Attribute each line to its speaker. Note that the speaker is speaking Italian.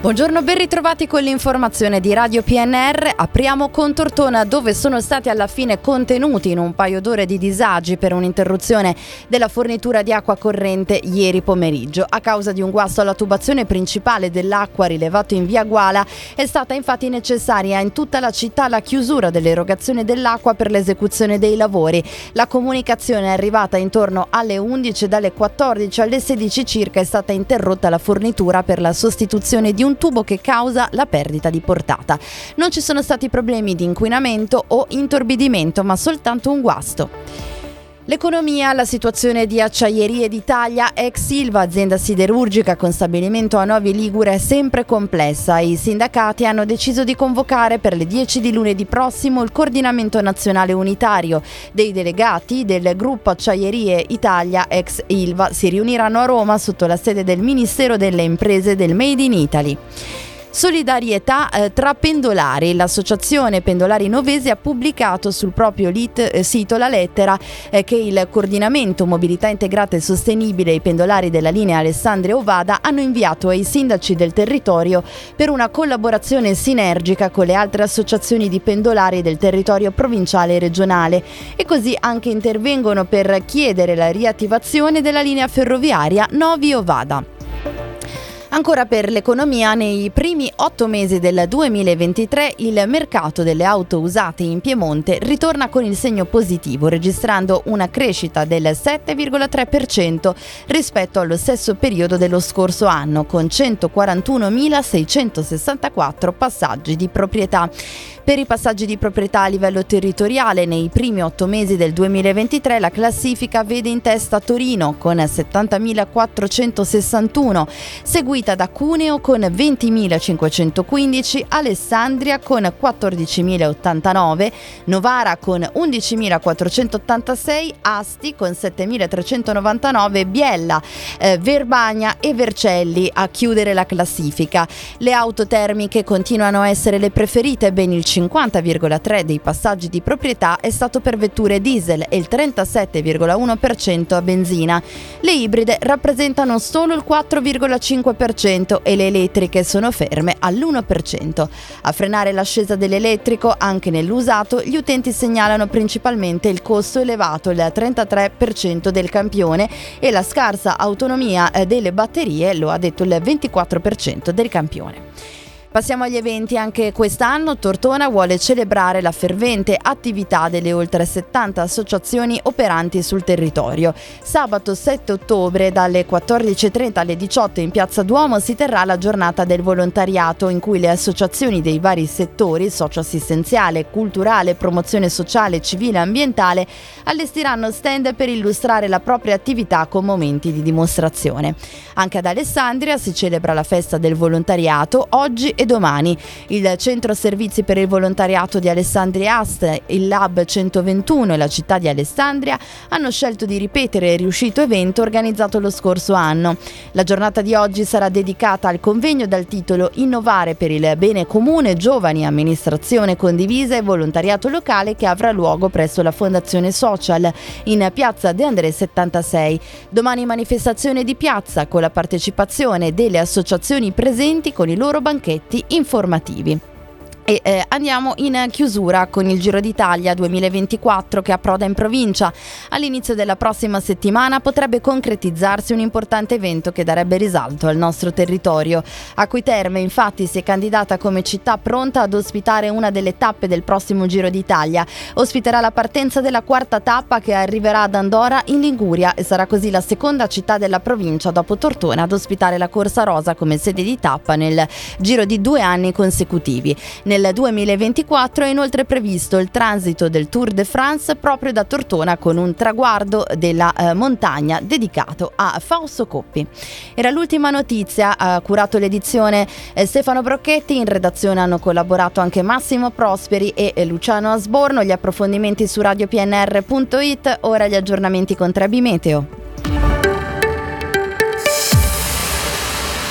Speaker 1: Buongiorno, ben ritrovati con l'informazione di Radio PNR. Apriamo con Tortona, dove sono stati alla fine contenuti in un paio d'ore di disagi per un'interruzione della fornitura di acqua corrente ieri pomeriggio. A causa di un guasto alla tubazione principale dell'acqua rilevato in via Guala, è stata infatti necessaria in tutta la città la chiusura dell'erogazione dell'acqua per l'esecuzione dei lavori. La comunicazione è arrivata intorno alle 11 e dalle 14 alle 16 circa è stata interrotta la fornitura per la sostituzione di un tubo che causa la perdita di portata. Non ci sono stati problemi di inquinamento o intorbidimento, ma soltanto un guasto. L'economia, la situazione di Acciaierie d'Italia, ex Ilva, azienda siderurgica con stabilimento a Novi Ligure, è sempre complessa. I sindacati hanno deciso di convocare per le 10 di lunedì prossimo il coordinamento nazionale unitario. Dei delegati del gruppo Acciaierie Italia, ex Ilva, si riuniranno a Roma sotto la sede del Ministero delle Imprese del Made in Italy. Solidarietà tra pendolari. L'associazione Pendolari Novesi ha pubblicato sul proprio sito la lettera che il coordinamento Mobilità Integrata e Sostenibile e i pendolari della linea Alessandria-Ovada hanno inviato ai sindaci del territorio per una collaborazione sinergica con le altre associazioni di pendolari del territorio provinciale e regionale, e così anche intervengono per chiedere la riattivazione della linea ferroviaria Novi-Ovada. Ancora per l'economia, nei primi 8 mesi del 2023 il mercato delle auto usate in Piemonte ritorna con il segno positivo, registrando una crescita del 7,3% rispetto allo stesso periodo dello scorso anno, con 141.664 passaggi di proprietà. Per i passaggi di proprietà a livello territoriale, nei primi 8 mesi del 2023 la classifica vede in testa Torino con 70.461, seguita da Cuneo con 20.515, Alessandria con 14.089, Novara con 11.486, Asti con 7.399, Biella, Verbania e Vercelli a chiudere la classifica. Le auto termiche continuano a essere le preferite, ben il 50,3% dei passaggi di proprietà è stato per vetture diesel e il 37,1% a benzina. Le ibride rappresentano solo il 4,5% e le elettriche sono ferme all'1%. A frenare l'ascesa dell'elettrico anche nell'usato, gli utenti segnalano principalmente il costo elevato, il 33% del campione, e la scarsa autonomia delle batterie, lo ha detto il 24% del campione. Passiamo agli eventi. Anche quest'anno Tortona vuole celebrare la fervente attività delle oltre 70 associazioni operanti sul territorio. Sabato 7 ottobre dalle 14.30 alle 18 in Piazza Duomo si terrà la giornata del volontariato, in cui le associazioni dei vari settori, socioassistenziale, culturale, promozione sociale, civile e ambientale, allestiranno stand per illustrare la propria attività con momenti di dimostrazione. Anche ad Alessandria si celebra la festa del volontariato oggi e domani. Il Centro Servizi per il Volontariato di Alessandria Est, il Lab 121 e la città di Alessandria hanno scelto di ripetere il riuscito evento organizzato lo scorso anno. La giornata di oggi sarà dedicata al convegno dal titolo Innovare per il bene comune, giovani, amministrazione condivisa e volontariato locale, che avrà luogo presso la Fondazione Social in piazza De André 76. Domani manifestazione di piazza con la partecipazione delle associazioni presenti con i loro banchetti informativi. E andiamo in chiusura con il Giro d'Italia 2024 che approda in provincia. All'inizio della prossima settimana potrebbe concretizzarsi un importante evento che darebbe risalto al nostro territorio. Acqui Terme infatti si è candidata come città pronta ad ospitare una delle tappe del prossimo Giro d'Italia. Ospiterà la partenza della quarta tappa, che arriverà ad Andora in Liguria, e sarà così la seconda città della provincia dopo Tortona ad ospitare la Corsa Rosa come sede di tappa nel giro di 2 anni consecutivi. Nel 2024 è inoltre previsto il transito del Tour de France proprio da Tortona, con un traguardo della montagna dedicato a Fausto Coppi. Era l'ultima notizia, ha curato l'edizione Stefano Brocchetti, in redazione hanno collaborato anche Massimo Prosperi e Luciano Asborno. Gli approfondimenti su radiopnr.it, ora gli aggiornamenti con Trebi Meteo.